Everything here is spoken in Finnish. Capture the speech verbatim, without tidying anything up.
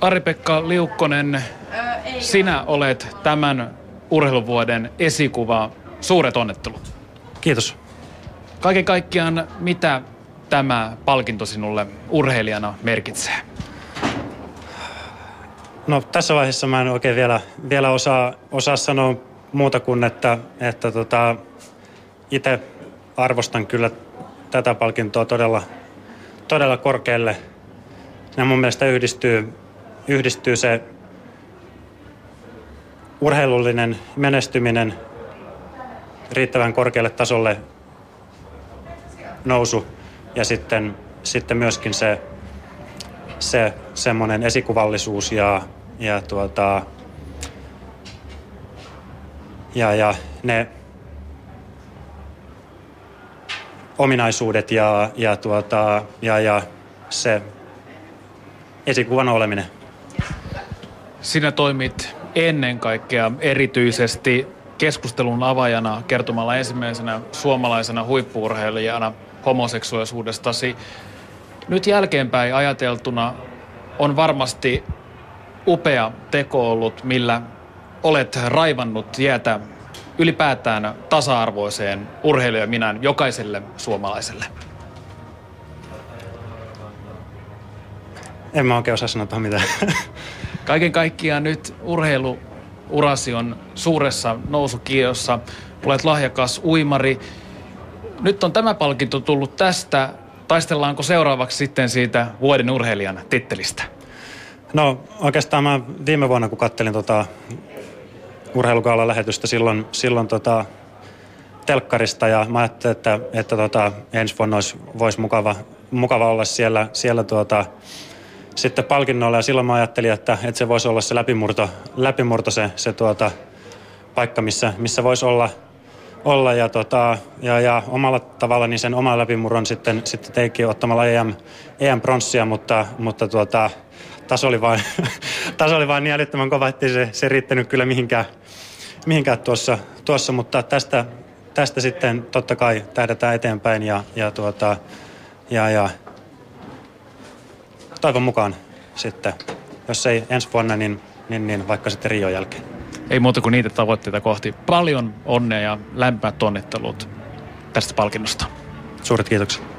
Ari-Pekka Liukkonen, sinä olet tämän urheiluvuoden esikuva. Suuret onnettelut. Kiitos. Kaiken kaikkiaan, mitä tämä palkinto sinulle urheilijana merkitsee? No tässä vaiheessa mä en oikein vielä, vielä osaa, osaa sanoa muuta kuin, että, että tota, itse arvostan kyllä tätä palkintoa todella, todella korkealle. Ja mun mielestä yhdistyy, yhdistyy se urheilullinen menestyminen, riittävän korkealle tasolle nousu ja sitten, sitten myöskin se, se semmoinen esikuvallisuus ja, ja, tuota, ja, ja ne ominaisuudet ja, ja, tuota, ja, ja se esikuvan oleminen. Sinä toimit ennen kaikkea erityisesti keskustelun avaajana kertomalla ensimmäisenä suomalaisena huippu-urheilijana homoseksuaalisuudestasi. Nyt jälkeenpäin ajateltuna on varmasti upea teko ollut, millä olet raivannut tietä ylipäätään tasa-arvoiseen urheilijaminään jokaiselle suomalaiselle. En mä oikein osaa sanoa tuohon mitään. Kaiken kaikkiaan nyt urheiluurasi on suuressa nousukierrossa. Olet lahjakas uimari. Nyt on tämä palkinto tullut tästä. Taistellaanko seuraavaksi sitten siitä vuoden urheilijan tittelistä? No oikeastaan mä viime vuonna, kun kattelin tota urheilugaalan lähetystä silloin, silloin tota telkkarista ja mä ajattelin, että, että tota, ensi vuonna olisi, voisi mukava, mukava olla siellä, siellä tuota, sitten palkinnoilla ja silloin mä ajattelin, että, että se voisi olla se läpimurto, läpimurto se, se tuota, paikka, missä, missä voisi olla, olla ja, tota, ja, ja omalla tavalla niin sen oman läpimurron sitten, sitten teikin ottamalla E M, E M-pronssia, mutta, mutta tuota, taso oli vain, taso oli vain niin älyttömän kova, ettei se, se riittänyt kyllä mihinkään, mihinkään tuossa, tuossa, mutta tästä, tästä sitten totta kai tähdätään eteenpäin ja, ja, tuota, ja, ja toivon mukaan sitten, jos ei ensi vuonna, niin, niin, niin vaikka sitten Rion jälkeen. Ei muuta kuin niitä tavoitteita kohti. Paljon onnea ja lämpimät onnittelut tästä palkinnosta. Suuret kiitokset.